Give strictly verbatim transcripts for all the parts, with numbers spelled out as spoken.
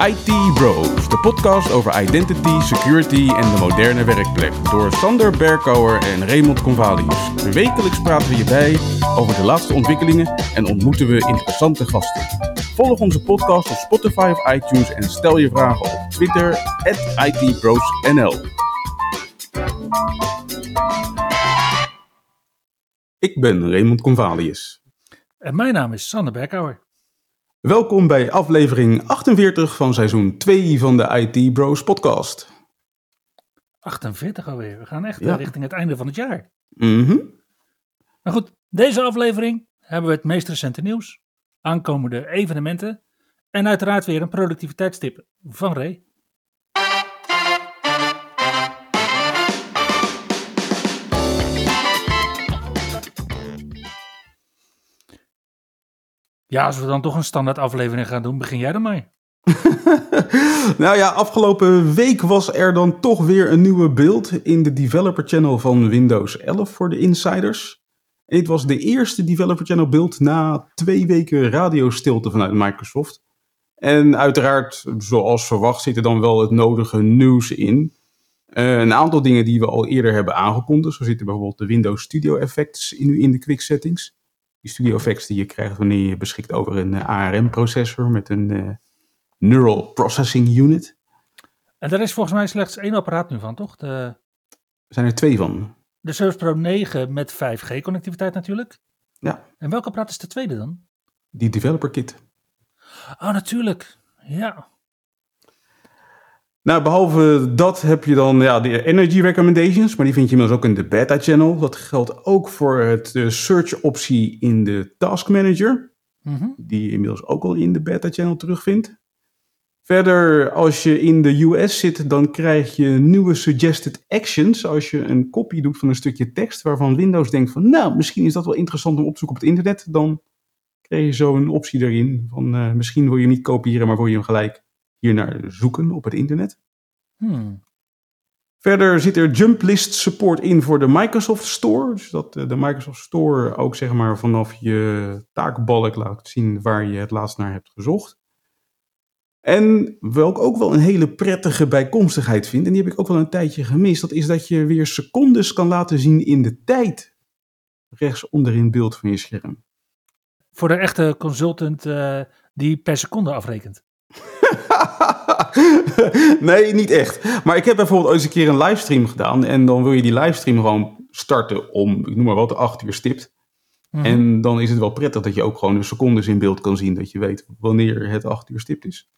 I T Bros, de podcast over identity, security en de moderne werkplek. Door Sander Berkouwer en Raymond Convalius. Wekelijks praten we je bij over de laatste ontwikkelingen en ontmoeten we interessante gasten. Volg onze podcast op Spotify of iTunes en stel je vragen op Twitter at I T Bros N L. Ik ben Raymond Convalius. En mijn naam is Sander Berkouwer. Welkom bij aflevering achtenveertig van seizoen twee van de I T Bros podcast. achtenveertig alweer. We gaan echt Ja. richting het einde van het jaar. Mm-hmm. Maar goed, deze aflevering hebben we het meest recente nieuws, aankomende evenementen en uiteraard weer een productiviteitstip van Ray. Ja, als we dan toch een standaard aflevering gaan doen, begin jij dan mee. Nou ja, afgelopen week was er dan toch weer een nieuwe build in de developer channel van Windows elf voor de insiders. En dit was de eerste developer channel build na twee weken radiostilte vanuit Microsoft. En uiteraard, zoals verwacht, zit er dan wel het nodige nieuws in. Uh, een aantal dingen die we al eerder hebben aangekondigd. Zo zitten bijvoorbeeld de Windows Studio Effects nu in de quick settings. Die studio effects die je krijgt wanneer je beschikt over een uh, A R M-processor met een uh, Neural Processing Unit. En daar is volgens mij slechts één apparaat nu van, toch? De, Er zijn er twee van. de Surface Pro negen met vijf G connectiviteit natuurlijk. Ja. En welk apparaat is de tweede dan? Die developer kit. Oh, natuurlijk. Ja. Nou, behalve dat heb je dan ja, de Energy Recommendations, maar die vind je inmiddels ook in de Beta Channel. Dat geldt ook voor het uh, Search optie in de Task Manager, Mm-hmm. die je inmiddels ook al in de Beta Channel terugvindt. Verder, als je in de U S zit, dan krijg je nieuwe Suggested Actions. Als je een kopie doet van een stukje tekst waarvan Windows denkt van, nou, misschien is dat wel interessant om op te zoeken op het internet, dan krijg je zo een optie erin van, uh, misschien wil je niet kopiëren, maar wil je hem gelijk hier naar zoeken op het internet. Hmm. Verder zit er jump list support in voor de Microsoft Store. Dus dat de Microsoft Store ook zeg maar vanaf je taakbalk laat zien waar je het laatst naar hebt gezocht. En welk ook wel een hele prettige bijkomstigheid vind, en die heb ik ook wel een tijdje gemist, dat is dat je weer secondes kan laten zien in de tijd. Rechts onderin beeld van je scherm. Voor de echte consultant uh, die per seconde afrekent. Nee, niet echt. Maar ik heb bijvoorbeeld ooit eens een keer een livestream gedaan. En dan wil je die livestream gewoon starten om, ik noem maar wat, acht uur stipt. Mm-hmm. En dan is het wel prettig dat je ook gewoon de secondes in beeld kan zien. Dat je weet wanneer het acht uur stipt is.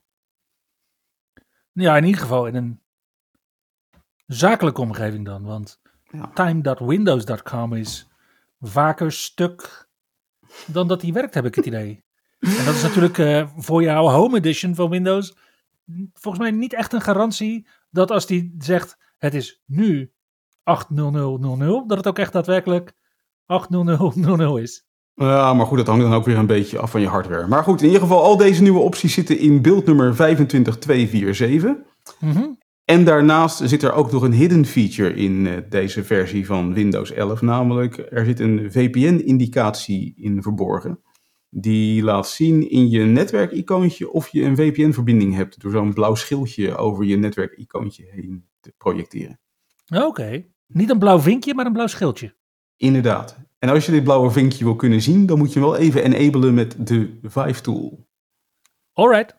Ja, in ieder geval in een zakelijke omgeving dan. Want ja. time dot windows dot com is vaker stuk dan dat die werkt, heb ik het idee. En dat is natuurlijk uh, voor jouw home edition van Windows volgens mij niet echt een garantie dat als die zegt het is nu acht nul nul nul nul, dat het ook echt daadwerkelijk acht nul nul nul nul is. Ja, maar goed, dat hangt dan ook weer een beetje af van je hardware. Maar goed, in ieder geval, al deze nieuwe opties zitten in beeldnummer vijf twee twee vier zeven. Mm-hmm. En daarnaast zit er ook nog een hidden feature in uh, deze versie van Windows elf. Namelijk, er zit een V P N-indicatie in verborgen. Die laat zien in je netwerkicoontje of je een V P N-verbinding hebt. Door zo'n blauw schildje over je netwerkicoontje heen te projecteren. Oké, okay. Niet een blauw vinkje, maar een blauw schildje. Inderdaad. En als je dit blauwe vinkje wil kunnen zien, dan moet je hem wel even enablen met de Vive tool. Alright.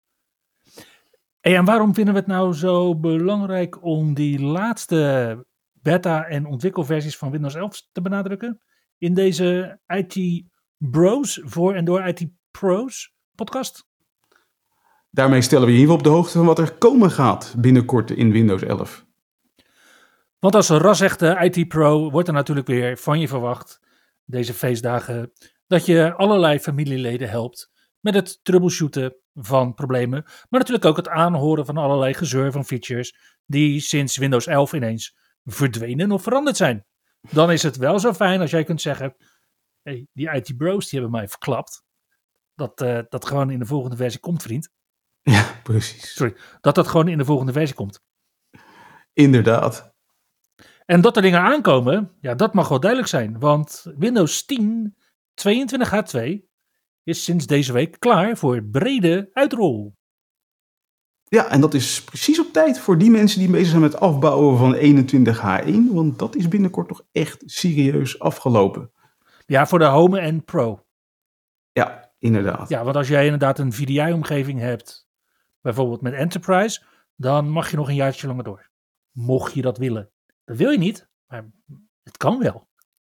Hey, en waarom vinden we het nou zo belangrijk om die laatste beta- en ontwikkelversies van Windows elf te benadrukken in deze I T Bros voor en door I T Pros podcast? Daarmee stellen we je hier op de hoogte van wat er komen gaat binnenkort in Windows elf. Want als een ras-echte I T Pro wordt er natuurlijk weer van je verwacht deze feestdagen dat je allerlei familieleden helpt met het troubleshooten van problemen, maar natuurlijk ook het aanhoren van allerlei gezeur van features die sinds Windows elf ineens verdwenen of veranderd zijn. Dan is het wel zo fijn als jij kunt zeggen, hey, die I T Bros die hebben mij verklapt. Dat uh, dat gewoon in de volgende versie komt, vriend. Ja, precies. Sorry, dat dat gewoon in de volgende versie komt. Inderdaad. En dat er dingen aankomen, ja, dat mag wel duidelijk zijn. Want Windows tien tweeëntwintig H twee is sinds deze week klaar voor brede uitrol. Ja, en dat is precies op tijd voor die mensen die bezig zijn met afbouwen van eenentwintig H één. Want dat is binnenkort toch echt serieus afgelopen. Ja, voor de Home en Pro. Ja, inderdaad. Ja, want als jij inderdaad een V D I-omgeving hebt, bijvoorbeeld met Enterprise, dan mag je nog een jaartje langer door. Mocht je dat willen. Dat wil je niet, maar het kan wel.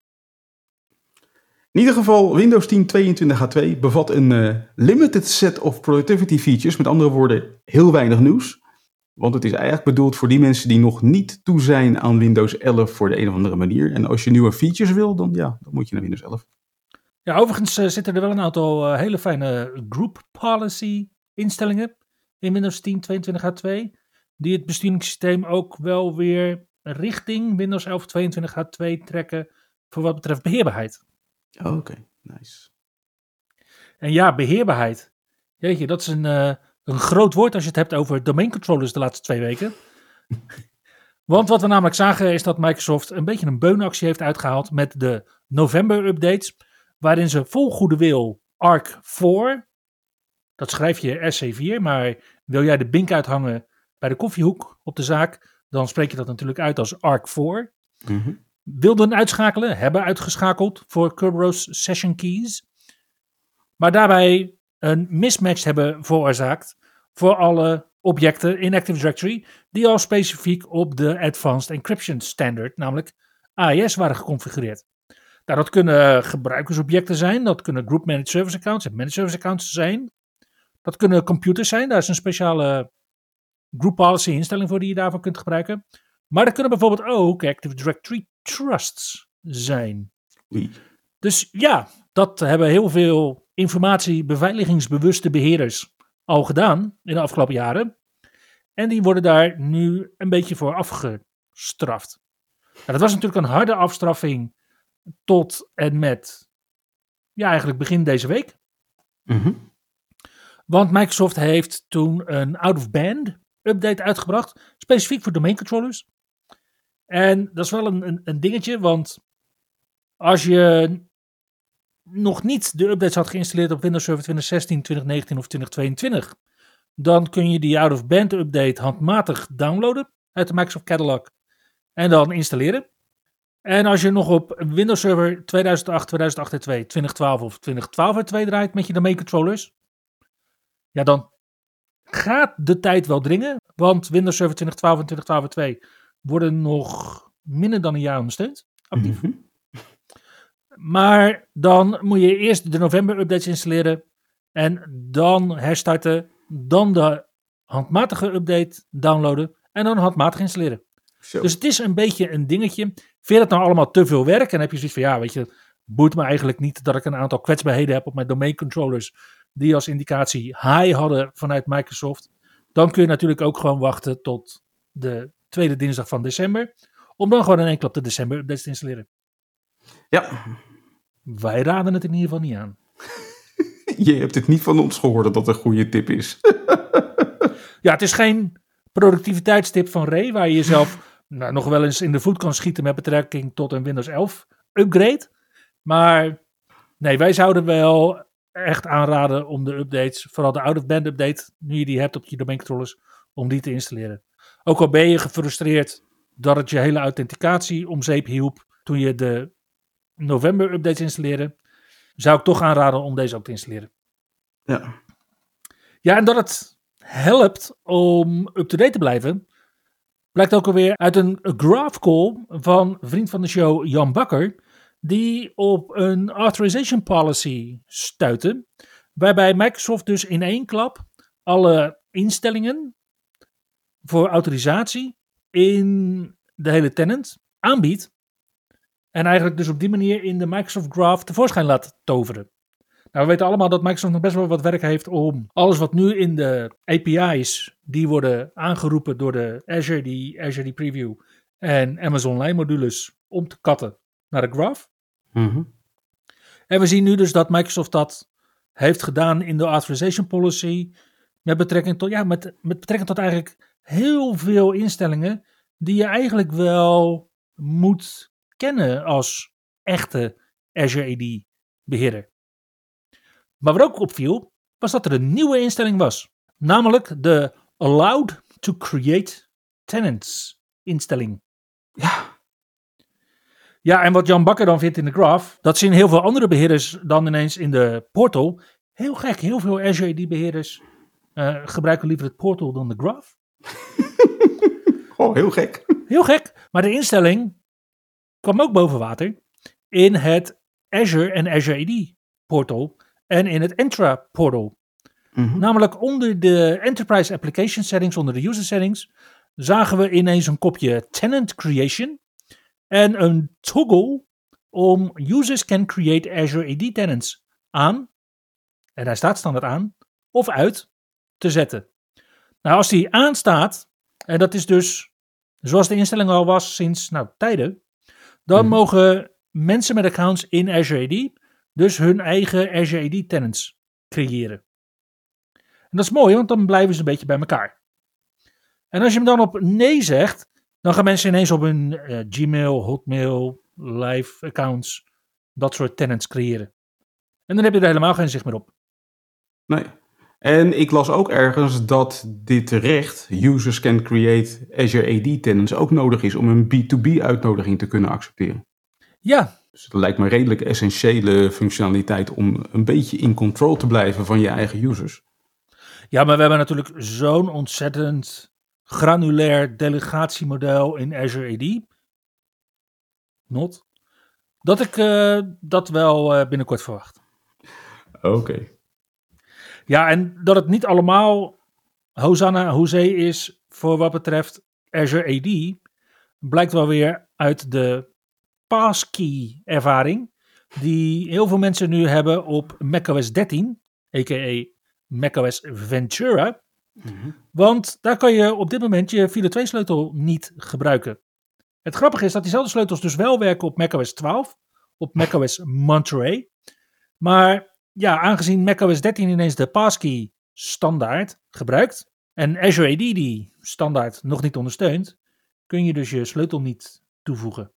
In ieder geval, Windows tien tweeëntwintig H twee bevat een uh, limited set of productivity features. Met andere woorden, heel weinig nieuws. Want het is eigenlijk bedoeld voor die mensen die nog niet toe zijn aan Windows elf voor de een of andere manier. En als je nieuwe features wil, dan, ja, dan moet je naar Windows elf. Ja, overigens uh, zitten er wel een aantal uh, hele fijne group policy instellingen in Windows tien tweeëntwintig H twee. Die het besturingssysteem ook wel weer richting Windows elf tweeëntwintig H twee trekken voor wat betreft beheerbaarheid. Oké, okay, nice. En ja, beheerbaarheid. Jeetje, dat is een, uh, een groot woord als je het hebt over domain controllers de laatste twee weken. Want wat we namelijk zagen is dat Microsoft een beetje een beunactie heeft uitgehaald met de november-updates, waarin ze vol goede wil Arc vier, dat schrijf je R C vier, maar wil jij de bink uithangen bij de koffiehoek op de zaak, dan spreek je dat natuurlijk uit als Arc vier. Mm-hmm. Wilden uitschakelen, hebben uitgeschakeld voor Kerberos Session Keys. Maar daarbij een mismatch hebben veroorzaakt voor alle objecten in Active Directory die al specifiek op de Advanced Encryption Standard, namelijk A E S, waren geconfigureerd. Nou, dat kunnen gebruikersobjecten zijn, dat kunnen Group Managed Service Accounts en Managed Service Accounts zijn. Dat kunnen computers zijn, daar is een speciale Group Policy instelling voor die je daarvoor kunt gebruiken. Maar dat kunnen bijvoorbeeld ook Active Directory Trusts zijn. Oei. Dus ja, dat hebben heel veel informatie-beveiligingsbewuste beheerders al gedaan in de afgelopen jaren. En die worden daar nu een beetje voor afgestraft. Nou, dat was natuurlijk een harde afstraffing tot en met, ja, eigenlijk begin deze week. Mm-hmm. Want Microsoft heeft toen een out-of-band update uitgebracht, specifiek voor domain controllers. En dat is wel een, een, een dingetje, want als je nog niet de updates had geïnstalleerd op Windows Server twintig zestien, twintig negentien of twintig tweeëntwintig, dan kun je die out-of-band update handmatig downloaden uit de Microsoft Catalog en dan installeren. En als je nog op Windows Server tweeduizend acht, tweeduizend acht twee, twintig twaalf of twintig twaalf twee draait met je domain controllers, ja, dan gaat de tijd wel dringen, want Windows Server twintig twaalf en twintig twaalf twee worden nog minder dan een jaar ondersteund, actief. Mm-hmm. Maar dan moet je eerst de november-updates installeren en dan herstarten, dan de handmatige update downloaden en dan handmatig installeren. Zo. Dus het is een beetje een dingetje. Vind je dat nou allemaal te veel werk? En heb je zoiets van, ja, weet je, boeit me eigenlijk niet dat ik een aantal kwetsbaarheden heb op mijn domain controllers die als indicatie high hadden vanuit Microsoft. Dan kun je natuurlijk ook gewoon wachten tot de tweede dinsdag van december, om dan gewoon in één klap de december-updates te installeren. Ja. Wij raden het in ieder geval niet aan. Je hebt het niet van ons gehoord dat dat een goede tip is. Ja, het is geen productiviteitstip van Ray, waar je jezelf nou, nog wel eens in de voet kan schieten met betrekking tot een Windows elf upgrade. Maar nee, wij zouden wel echt aanraden om de updates, vooral de out-of-band update, nu je die hebt op je domain controllers, om die te installeren. Ook al ben je gefrustreerd dat het je hele authenticatie om zeep hielp toen je de november updates installeerde, zou ik toch aanraden om deze ook te installeren. Ja. Ja, en dat het helpt om up-to-date te blijven, blijkt ook alweer uit een graph call van een vriend van de show, Jan Bakker, die op een authorization policy stuitte, waarbij Microsoft dus in één klap alle instellingen voor autorisatie in de hele tenant aanbiedt en eigenlijk dus op die manier in de Microsoft Graph tevoorschijn laat toveren. Nou, we weten allemaal dat Microsoft nog best wel wat werk heeft om alles wat nu in de A P I's, die worden aangeroepen door de Azure, die Azure die Preview en Amazon Line modules, om te katten naar de Graph. Mm-hmm. En we zien nu dus dat Microsoft dat heeft gedaan in de authorization policy met betrekking tot, ja, met, met betrekking tot eigenlijk heel veel instellingen die je eigenlijk wel moet kennen als echte Azure A D beheerder. Maar wat ook opviel, was dat er een nieuwe instelling was. Namelijk de Allowed to create tenants instelling. Ja. Ja, en wat Jan Bakker dan vindt in de graph, dat zien heel veel andere beheerders dan ineens in de portal. Heel gek, heel veel Azure A D beheerders uh, gebruiken liever het portal dan de graph. Oh, heel gek. Heel gek, maar de instelling kwam ook boven water in het Azure en Azure A D portal en in het Entra portal. Mm-hmm. Namelijk onder de Enterprise Application Settings, onder de User Settings, zagen we ineens een kopje Tenant Creation en een toggle om Users can create Azure A D tenants aan, en hij staat standaard aan, of uit te zetten. Nou, als die aanstaat, en dat is dus zoals de instelling al was sinds nou, tijden, dan mm-hmm. mogen mensen met accounts in Azure A D dus hun eigen Azure A D tenants creëren. En dat is mooi, want dan blijven ze een beetje bij elkaar. En als je hem dan op nee zegt, dan gaan mensen ineens op hun uh, Gmail, Hotmail, Live accounts, dat soort tenants creëren. En dan heb je er helemaal geen zicht meer op. Nee. En ik las ook ergens dat dit recht, users can create Azure A D tenants, ook nodig is om een B twee B uitnodiging te kunnen accepteren. Ja. Dus dat lijkt me redelijk essentiële functionaliteit om een beetje in control te blijven van je eigen users. Ja, maar we hebben natuurlijk zo'n ontzettend granulair delegatiemodel in Azure A D. Not. Dat ik uh, dat wel uh, binnenkort verwacht. Oké. Okay. Ja, en dat het niet allemaal Hosanna, Hosea is voor wat betreft Azure A D, blijkt wel weer uit de passkey ervaring die heel veel mensen nu hebben op macOS dertien, a k a macOS Ventura. Mm-hmm. Want daar kan je op dit moment je file twee sleutel niet gebruiken. Het grappige is dat diezelfde sleutels dus wel werken op macOS twaalf, op macOS Monterey. Maar ja, aangezien macOS dertien ineens de passkey standaard gebruikt en Azure A D die standaard nog niet ondersteunt, kun je dus je sleutel niet toevoegen.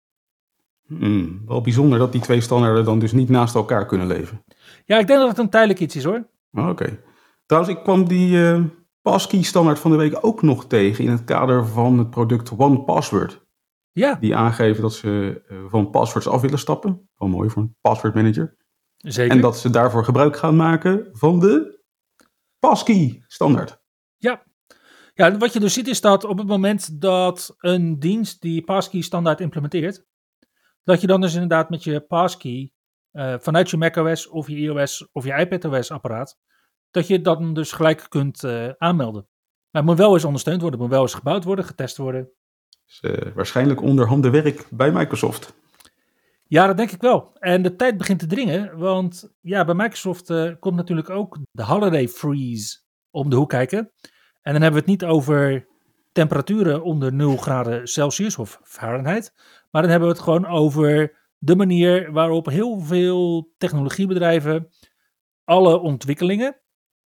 Hmm, wel bijzonder dat die twee standaarden dan dus niet naast elkaar kunnen leven. Ja, ik denk dat het een tijdelijk iets is hoor. Oké. Okay. Trouwens, ik kwam die uh, passkey standaard van de week ook nog tegen in het kader van het product One Password. Ja. Die aangeven dat ze uh, van passwords af willen stappen. Wel mooi voor een password manager. Zeker. En dat ze daarvoor gebruik gaan maken van de passkey standaard. Ja. Ja, wat je dus ziet is dat op het moment dat een dienst die passkey standaard implementeert, dat je dan dus inderdaad met je passkey uh, vanuit je macOS of je iOS of je iPadOS apparaat, dat je dan dus gelijk kunt uh, aanmelden. Maar het moet wel eens ondersteund worden, het moet wel eens gebouwd worden, getest worden. Dus, uh, waarschijnlijk onderhanden werk bij Microsoft. Ja, dat denk ik wel. En de tijd begint te dringen, want ja, bij Microsoft uh, komt natuurlijk ook de holiday freeze om de hoek kijken. En dan hebben we het niet over temperaturen onder nul graden Celsius of Fahrenheit, maar dan hebben we het gewoon over de manier waarop heel veel technologiebedrijven alle ontwikkelingen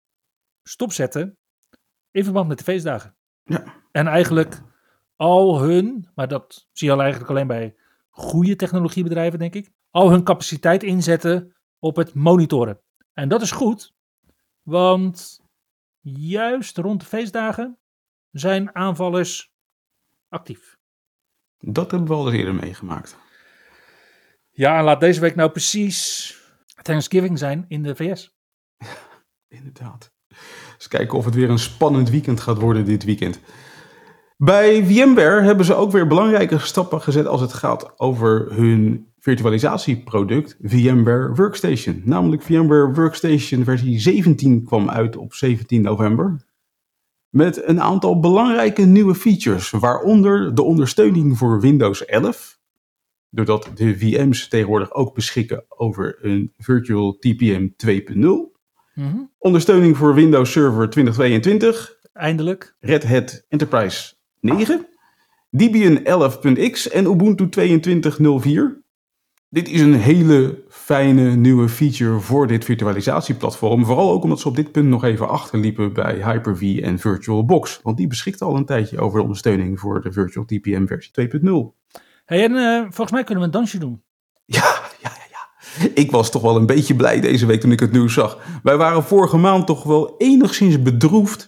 stopzetten in verband met de feestdagen. Ja. En eigenlijk al hun, maar dat zie je al eigenlijk alleen bij goede technologiebedrijven, denk ik, al hun capaciteit inzetten op het monitoren. En dat is goed, want juist rond de feestdagen zijn aanvallers actief. Dat hebben we al eens eerder meegemaakt. Ja, en laat deze week nou precies Thanksgiving zijn in de V S. Inderdaad. Dus kijken of het weer een spannend weekend gaat worden dit weekend. Bij VMware hebben ze ook weer belangrijke stappen gezet als het gaat over hun virtualisatieproduct VMware Workstation. Namelijk VMware Workstation versie zeventien kwam uit op zeventien november. Met een aantal belangrijke nieuwe features, waaronder de ondersteuning voor Windows elf. Doordat de V M's tegenwoordig ook beschikken over een Virtual T P M twee punt nul. Mm-hmm. Ondersteuning voor Windows Server twintig tweeëntwintig. Eindelijk. Red Hat Enterprise negen. Debian elf punt x en Ubuntu tweeëntwintig nul vier. Dit is een hele fijne nieuwe feature voor dit virtualisatieplatform. Vooral ook omdat ze op dit punt nog even achterliepen bij Hyper-V en VirtualBox. Want die beschikte al een tijdje over de ondersteuning voor de Virtual T P M versie twee punt nul. Hey, en uh, volgens mij kunnen we een dansje doen. Ja, ja, ja, ja. Ik was toch wel een beetje blij deze week toen ik het nieuws zag. Wij waren vorige maand toch wel enigszins bedroefd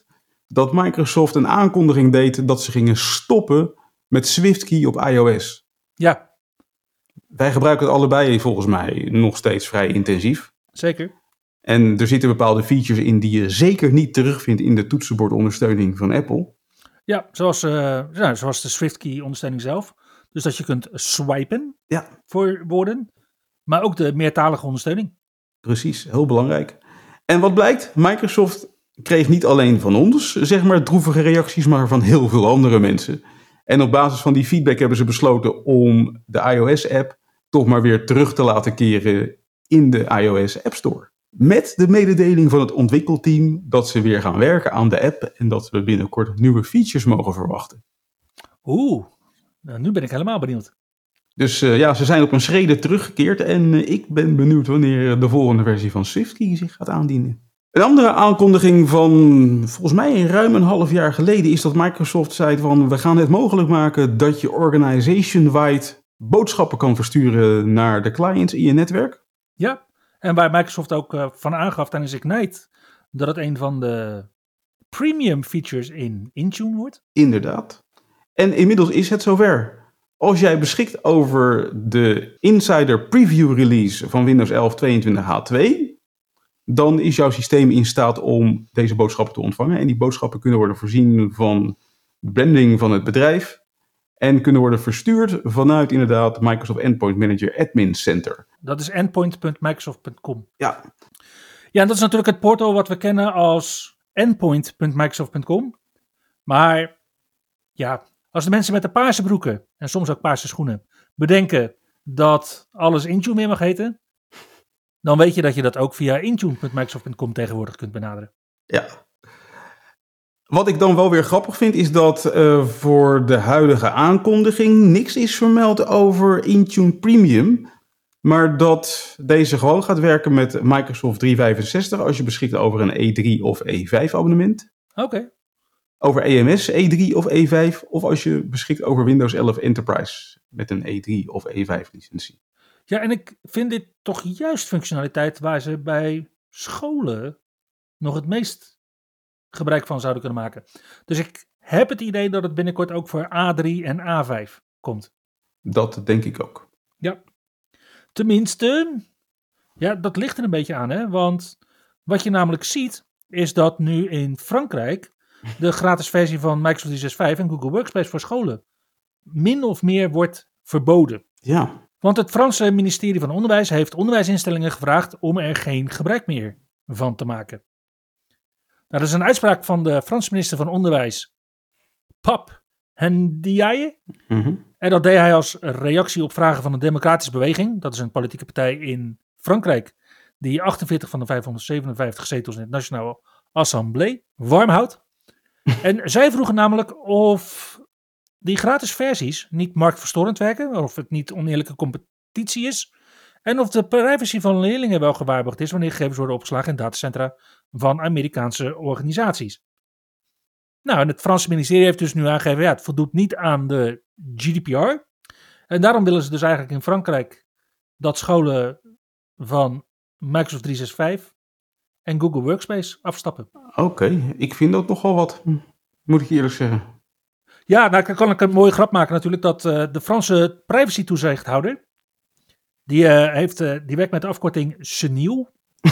dat Microsoft een aankondiging deed dat ze gingen stoppen met SwiftKey op iOS. Ja. Wij gebruiken het allebei volgens mij nog steeds vrij intensief. Zeker. En er zitten bepaalde features in die je zeker niet terugvindt in de toetsenbordondersteuning van Apple. Ja, zoals, uh, ja, zoals de SwiftKey ondersteuning zelf. Dus dat je kunt swipen ja. voor woorden. Maar ook de meertalige ondersteuning. Precies, heel belangrijk. En wat blijkt? Microsoft kreeg niet alleen van ons, zeg maar, droevige reacties, maar van heel veel andere mensen. En op basis van die feedback hebben ze besloten om de iOS-app toch maar weer terug te laten keren in de iOS App Store. Met de mededeling van het ontwikkelteam dat ze weer gaan werken aan de app en dat we binnenkort nieuwe features mogen verwachten. Oeh, nou, nu ben ik helemaal benieuwd. Dus uh, ja, ze zijn op een schrede teruggekeerd en uh, ik ben benieuwd wanneer de volgende versie van SwiftKey zich gaat aandienen. Een andere aankondiging van volgens mij ruim een half jaar geleden is dat Microsoft zei van we gaan het mogelijk maken dat je organization-wide boodschappen kan versturen naar de clients in je netwerk. Ja, en waar Microsoft ook uh, van aangaf tijdens Ignite dat het een van de premium features in Intune wordt. Inderdaad. En inmiddels is het zover. Als jij beschikt over de Insider Preview Release van Windows elf tweeëntwintig H twee... dan is jouw systeem in staat om deze boodschappen te ontvangen. En die boodschappen kunnen worden voorzien van branding van het bedrijf. En kunnen worden verstuurd vanuit inderdaad Microsoft Endpoint Manager Admin Center. Dat is endpoint punt microsoft punt com. Ja. Ja, en dat is natuurlijk het portal wat we kennen als endpoint punt microsoft punt com. Maar ja, als de mensen met de paarse broeken en soms ook paarse schoenen bedenken dat alles Intune meer mag heten, dan weet je dat je dat ook via intune punt microsoft punt com tegenwoordig kunt benaderen. Ja. Wat ik dan wel weer grappig vind is dat uh, voor de huidige aankondiging niks is vermeld over Intune Premium. Maar dat deze gewoon gaat werken met Microsoft driehonderdvijfenzestig als je beschikt over een E drie of E vijf abonnement. Oké. Okay. Over E M S, E drie of E vijf of als je beschikt over Windows elf Enterprise met een E drie of E vijf licentie. Ja, en ik vind dit toch juist functionaliteit waar ze bij scholen nog het meest gebruik van zouden kunnen maken. Dus ik heb het idee dat het binnenkort ook voor A drie en A vijf komt. Dat denk ik ook. Ja. Tenminste, ja, dat ligt er een beetje aan, hè? Want wat je namelijk ziet, is dat nu in Frankrijk de gratis versie van Microsoft driehonderdzesenzestig en Google Workspace voor scholen min of meer wordt verboden. Ja. Want het Franse ministerie van Onderwijs heeft onderwijsinstellingen gevraagd om er geen gebruik meer van te maken. Nou, dat is een uitspraak van de Franse minister van Onderwijs, Pap Ndiaye. Mm-hmm. En dat deed hij als reactie op vragen van de Democratische Beweging. Dat is een politieke partij in Frankrijk die achtenveertig van de vijfhonderdzevenenvijftig zetels in het Nationale Assemblée warm houdt. En zij vroegen namelijk of die gratis versies niet marktverstorend werken, of het niet oneerlijke competitie is, en of de privacy van leerlingen wel gewaarborgd is wanneer gegevens worden opgeslagen in datacentra van Amerikaanse organisaties. Nou, en het Franse ministerie heeft dus nu aangegeven, ja, het voldoet niet aan de G D P R. En daarom willen ze dus eigenlijk in Frankrijk dat scholen van Microsoft driehonderdzesenzestig en Google Workspace afstappen. Oké, okay, ik vind dat nogal wat, moet ik eerlijk zeggen. Ja, nou kan ik een mooie grap maken natuurlijk, dat uh, de Franse privacy toezichthouder, die, uh, heeft, uh, die werkt met de afkorting C N I L.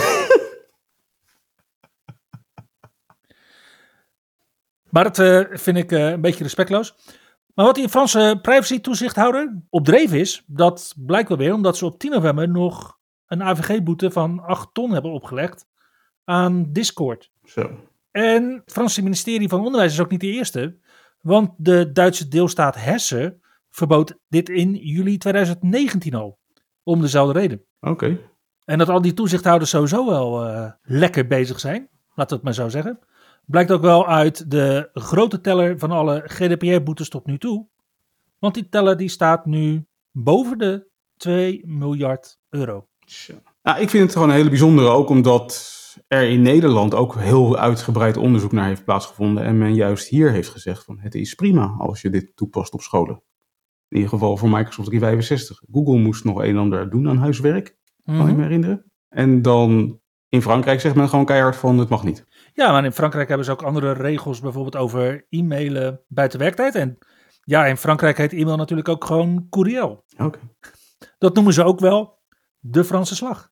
Maar dat uh, vind ik uh, een beetje respectloos. Maar wat die Franse privacy toezichthouder opdreven is, dat blijkt wel weer omdat ze op tien november nog een A V G-boete van acht ton hebben opgelegd aan Discord. Zo. En het Franse ministerie van Onderwijs is ook niet de eerste, want de Duitse deelstaat Hessen verbood dit in juli tweeduizend negentien al, om dezelfde reden. Oké. Okay. En dat al die toezichthouders sowieso wel uh, lekker bezig zijn, laten we het maar zo zeggen. Blijkt ook wel uit de grote teller van alle G D P R-boetes tot nu toe. Want die teller die staat nu boven de twee miljard euro. Nou, ik vind het gewoon een hele bijzondere, ook omdat er in Nederland ook heel uitgebreid onderzoek naar heeft plaatsgevonden. En men juist hier heeft gezegd van het is prima als je dit toepast op scholen. In ieder geval voor Microsoft driehonderdvijfenzestig. Google moest nog een en ander doen aan huiswerk, kan mm-hmm. ik me herinneren. En dan in Frankrijk zegt men gewoon keihard van het mag niet. Ja, maar in Frankrijk hebben ze ook andere regels, bijvoorbeeld over e-mailen buiten werktijd. En ja, in Frankrijk heet e-mail natuurlijk ook gewoon courriel. Oké. Okay. Dat noemen ze ook wel de Franse slag.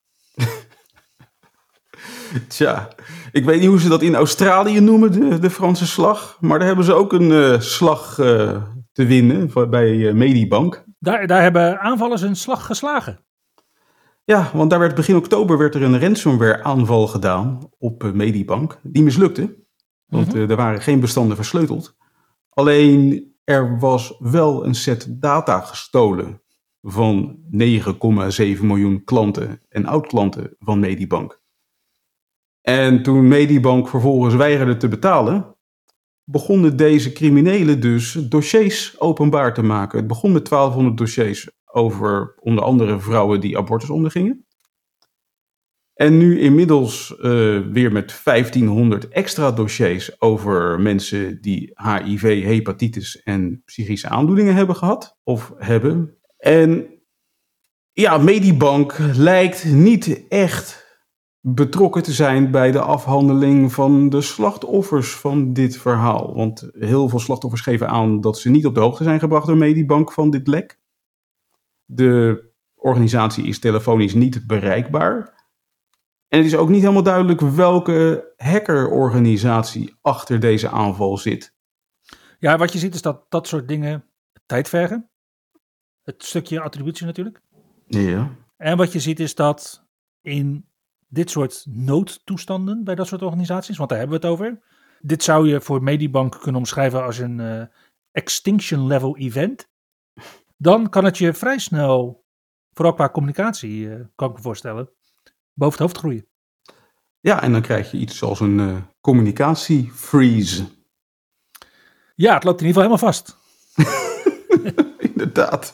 Tja, ik weet niet hoe ze dat in Australië noemen, de, de Franse slag. Maar daar hebben ze ook een uh, slag uh, te winnen bij uh, Medibank. Daar, daar hebben aanvallers een slag geslagen. Ja, want daar werd begin oktober werd er een ransomware aanval gedaan op uh, Medibank. Die mislukte, want mm-hmm. uh, er waren geen bestanden versleuteld. Alleen er was wel een set data gestolen van negen komma zeven miljoen klanten en oud-klanten van Medibank. En toen Medibank vervolgens weigerde te betalen, begonnen deze criminelen dus dossiers openbaar te maken. Het begon met twaalfhonderd dossiers over onder andere vrouwen die abortus ondergingen. En nu inmiddels uh, weer met vijftienhonderd extra dossiers over mensen die H I V, hepatitis en psychische aandoeningen hebben gehad of hebben. En ja, Medibank lijkt niet echt betrokken te zijn bij de afhandeling van de slachtoffers van dit verhaal. Want heel veel slachtoffers geven aan dat ze niet op de hoogte zijn gebracht door Medibank van dit lek. De organisatie is telefonisch niet bereikbaar. En het is ook niet helemaal duidelijk welke hackerorganisatie achter deze aanval zit. Ja, wat je ziet is dat dat soort dingen tijd vergen. Het stukje attributie natuurlijk. Ja. En wat je ziet is dat in dit soort noodtoestanden bij dat soort organisaties, want daar hebben we het over. Dit zou je voor Medibank kunnen omschrijven als een uh, extinction level event. Dan kan het je vrij snel, vooral qua communicatie, uh, kan ik me voorstellen, boven het hoofd groeien. Ja, en dan krijg je iets als een uh, communicatiefreeze. Ja, het loopt in ieder geval helemaal vast. Inderdaad.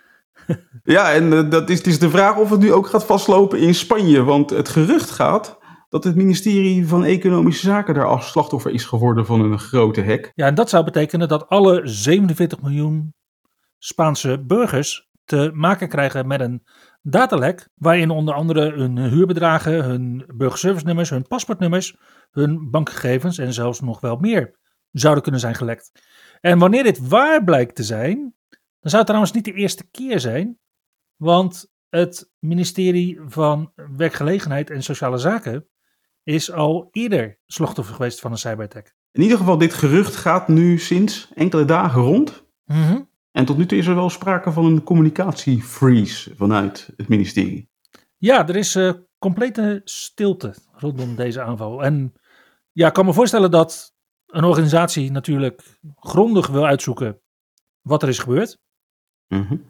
Ja, en uh, dat is, het is de vraag of het nu ook gaat vastlopen in Spanje. Want het gerucht gaat dat het ministerie van Economische Zaken daar als slachtoffer is geworden van een grote hack. Ja, en dat zou betekenen dat alle zevenenveertig miljoen Spaanse burgers te maken krijgen met een datalek, waarin onder andere hun huurbedragen, hun burgerservice-nummers, hun paspoortnummers, hun bankgegevens en zelfs nog wel meer zouden kunnen zijn gelekt. En wanneer dit waar blijkt te zijn, dan zou het trouwens niet de eerste keer zijn, want het ministerie van Werkgelegenheid en Sociale Zaken is al eerder slachtoffer geweest van een cyberattack. In ieder geval, dit gerucht gaat nu sinds enkele dagen rond. Mm-hmm. En tot nu toe is er wel sprake van een communicatiefreeze vanuit het ministerie. Ja, er is uh, complete stilte rondom deze aanval. En ja, ik kan me voorstellen dat een organisatie natuurlijk grondig wil uitzoeken wat er is gebeurd. Mm-hmm.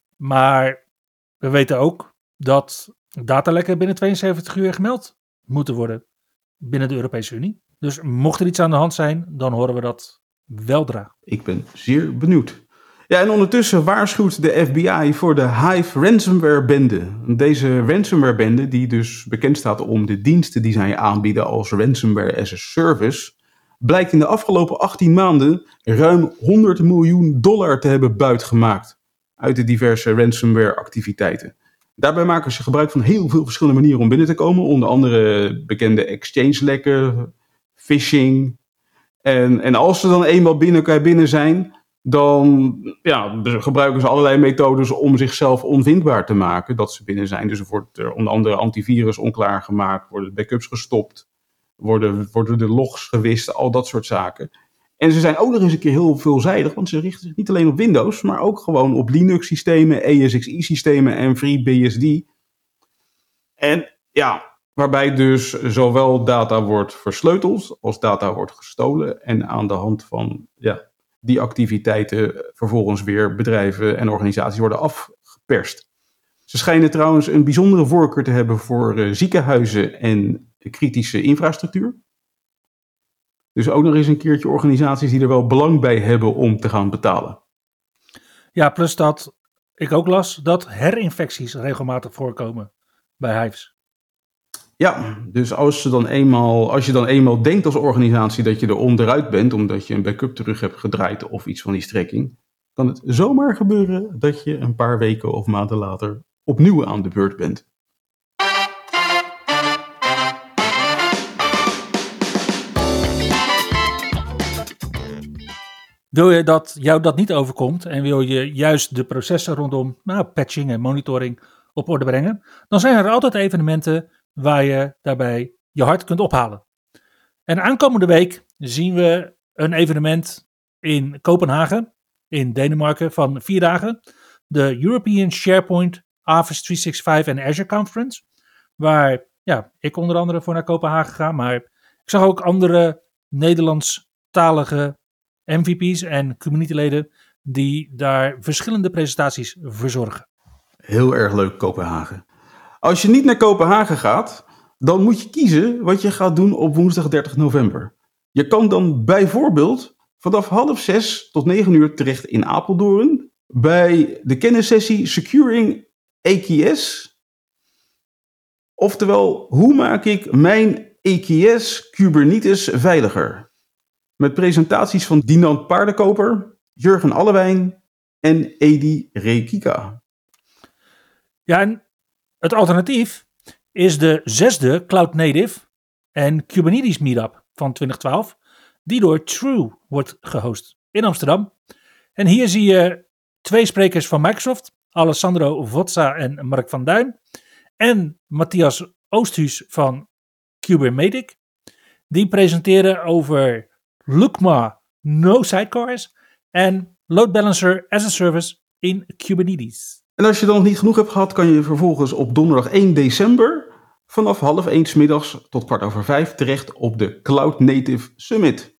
Maar we weten ook dat datalekken binnen tweeënzeventig uur gemeld moeten worden binnen de Europese Unie. Dus mocht er iets aan de hand zijn, dan horen we dat weldra. Ik ben zeer benieuwd. Ja, en ondertussen waarschuwt de F B I voor de Hive ransomware-bende. Deze ransomware-bende, die dus bekend staat om de diensten die zij aanbieden als ransomware as a service, blijkt in de afgelopen achttien maanden ruim honderd miljoen dollar te hebben buitgemaakt uit de diverse ransomware-activiteiten. Daarbij maken ze gebruik van heel veel verschillende manieren om binnen te komen. Onder andere bekende exchange-lekken, phishing. En, en als ze dan eenmaal binnen, binnen zijn, dan ja, gebruiken ze allerlei methodes om zichzelf onvindbaar te maken dat ze binnen zijn. Dus er wordt er onder andere antivirus onklaargemaakt, worden backups gestopt, worden, worden de logs gewist, al dat soort zaken. En ze zijn ook nog eens een keer heel veelzijdig, want ze richten zich niet alleen op Windows, maar ook gewoon op Linux-systemen, E S X i-systemen en FreeBSD. En ja, waarbij dus zowel data wordt versleuteld als data wordt gestolen en aan de hand van ja, die activiteiten vervolgens weer bedrijven en organisaties worden afgeperst. Ze schijnen trouwens een bijzondere voorkeur te hebben voor uh, ziekenhuizen en kritische infrastructuur. Dus ook nog eens een keertje organisaties die er wel belang bij hebben om te gaan betalen. Ja, plus dat ik ook las dat herinfecties regelmatig voorkomen bij Hives. Ja, dus als, ze dan eenmaal, als je dan eenmaal denkt als organisatie dat je er onderuit bent, omdat je een backup terug hebt gedraaid of iets van die strekking, kan het zomaar gebeuren dat je een paar weken of maanden later opnieuw aan de beurt bent. Wil je dat jou dat niet overkomt en wil je juist de processen rondom nou, patching en monitoring op orde brengen, dan zijn er altijd evenementen waar je daarbij je hart kunt ophalen. En aankomende week zien we een evenement in Kopenhagen, in Denemarken, van vier dagen. De European SharePoint Office driehonderdzesenzestig en Azure Conference. Waar ja, ik onder andere voor naar Kopenhagen ga. Maar ik zag ook andere Nederlandstalige M V P's en communityleden die daar verschillende presentaties verzorgen. Heel erg leuk, Kopenhagen. Als je niet naar Kopenhagen gaat, dan moet je kiezen wat je gaat doen op woensdag dertig november. Je kan dan bijvoorbeeld vanaf half zes tot negen uur terecht in Apeldoorn bij de kennissessie Securing A K S. Oftewel, hoe maak ik mijn A K S Kubernetes veiliger? Met presentaties van Dinant Paardenkoper, Jurgen Allewijn en Edi Rekika. Ja, en het alternatief is de zesde Cloud Native en Kubernetes Meetup van twintig twaalf, die door True wordt gehost in Amsterdam. En hier zie je twee sprekers van Microsoft, Alessandro Vozza en Mark van Duin, en Matthias Oosthuus van Kubermatic. Die presenteren over Lukma No Sidecars en Load Balancer as a Service in Kubernetes. En als je dan nog niet genoeg hebt gehad, kan je vervolgens op donderdag één december vanaf half één 's middags tot kwart over vijf terecht op de Cloud Native Summit.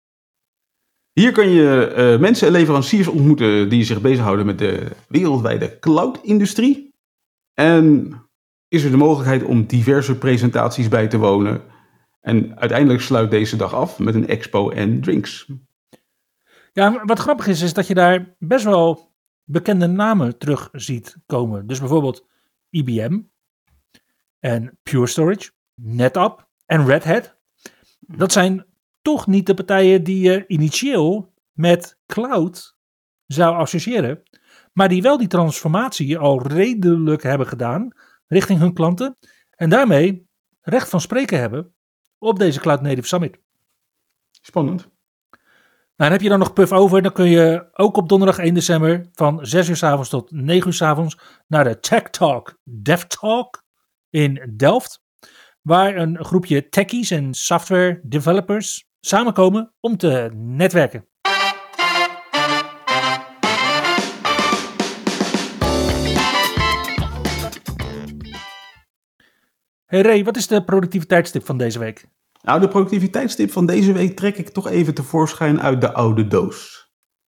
Hier kan je uh, mensen en leveranciers ontmoeten die zich bezighouden met de wereldwijde cloud-industrie. En is er de mogelijkheid om diverse presentaties bij te wonen. En uiteindelijk sluit deze dag af met een expo en drinks. Ja, wat grappig is, is dat je daar best wel bekende namen terug ziet komen. Dus bijvoorbeeld I B M en Pure Storage, NetApp en Red Hat. Dat zijn toch niet de partijen die je initieel met cloud zou associëren, maar die wel die transformatie al redelijk hebben gedaan richting hun klanten en daarmee recht van spreken hebben op deze Cloud Native Summit. Spannend. Nou, en heb je dan nog puff over, dan kun je ook op donderdag één december van zes uur 's avonds tot negen uur 's avonds naar de Tech Talk Dev Talk in Delft, waar een groepje techies en software developers samenkomen om te netwerken. Hey Ray, wat is de productiviteitstip van deze week? Nou, de productiviteitstip van deze week trek ik toch even tevoorschijn uit de oude doos.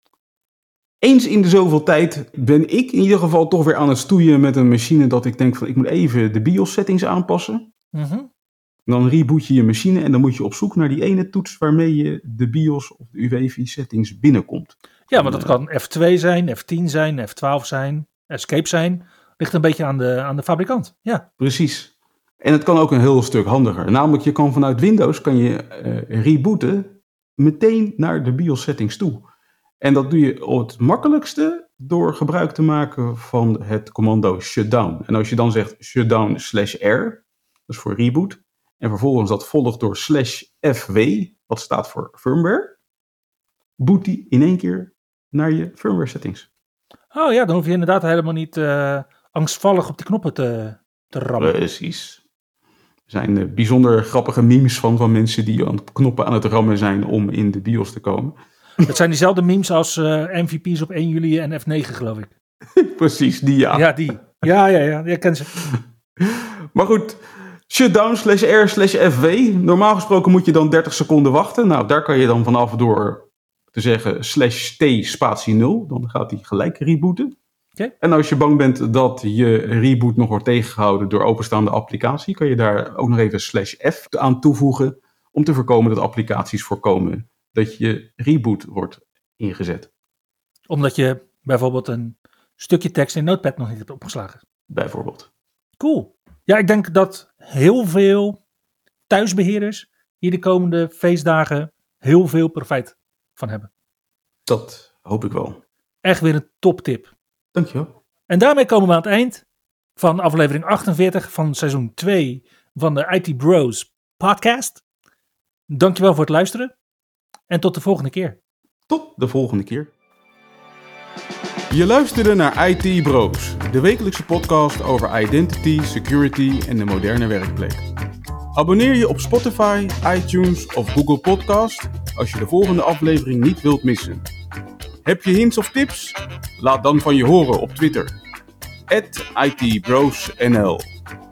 Eens in de zoveel tijd ben ik in ieder geval toch weer aan het stoeien met een machine dat ik denk van ik moet even de BIOS settings aanpassen. Mm-hmm. Dan reboot je je machine en dan moet je op zoek naar die ene toets waarmee je de BIOS of de U W V settings binnenkomt. Ja, want dat kan F twee zijn, F tien zijn, F twaalf zijn, Escape zijn. Ligt een beetje aan de, aan de fabrikant. Ja. Precies. En het kan ook een heel stuk handiger. Namelijk, je kan vanuit Windows kan je uh, rebooten meteen naar de BIOS settings toe. En dat doe je op het makkelijkste door gebruik te maken van het commando shutdown. En als je dan zegt shutdown slash R, dat is voor reboot. En vervolgens dat volgt door slash F W, wat staat voor firmware. Boot die in één keer naar je firmware settings. Oh ja, dan hoef je inderdaad helemaal niet uh, angstvallig op die knoppen te, te rammen. Precies. Er zijn uh, bijzonder grappige memes van, van mensen die aan knoppen aan het rammen zijn om in de BIOS te komen. Het zijn diezelfde memes als uh, M V P's op één juli en F negen, geloof ik. Precies, die ja. Ja, die. Ja, ja, ja, je kent ze. Maar goed, shutdown slash R slash F W. Normaal gesproken moet je dan dertig seconden wachten. Nou, daar kan je dan vanaf door te zeggen slash T spatie nul. Dan gaat hij gelijk rebooten. Okay. En als je bang bent dat je reboot nog wordt tegengehouden door openstaande applicatie, kan je daar ook nog even slash F aan toevoegen om te voorkomen dat applicaties voorkomen dat je reboot wordt ingezet. Omdat je bijvoorbeeld een stukje tekst in Notepad nog niet hebt opgeslagen. Bijvoorbeeld. Cool. Ja, ik denk dat heel veel thuisbeheerders hier de komende feestdagen heel veel profijt van hebben. Dat hoop ik wel. Echt weer een toptip. Dankjewel. En daarmee komen we aan het eind van aflevering achtenveertig van seizoen twee van de I T Bros podcast. Dankjewel voor het luisteren en tot de volgende keer. Tot de volgende keer. Je luisterde naar I T Bros, de wekelijkse podcast over identity, security en de moderne werkplek. Abonneer je op Spotify, iTunes of Google Podcast als je de volgende aflevering niet wilt missen. Heb je hints of tips? Laat dan van je horen op Twitter. at I T Bros N L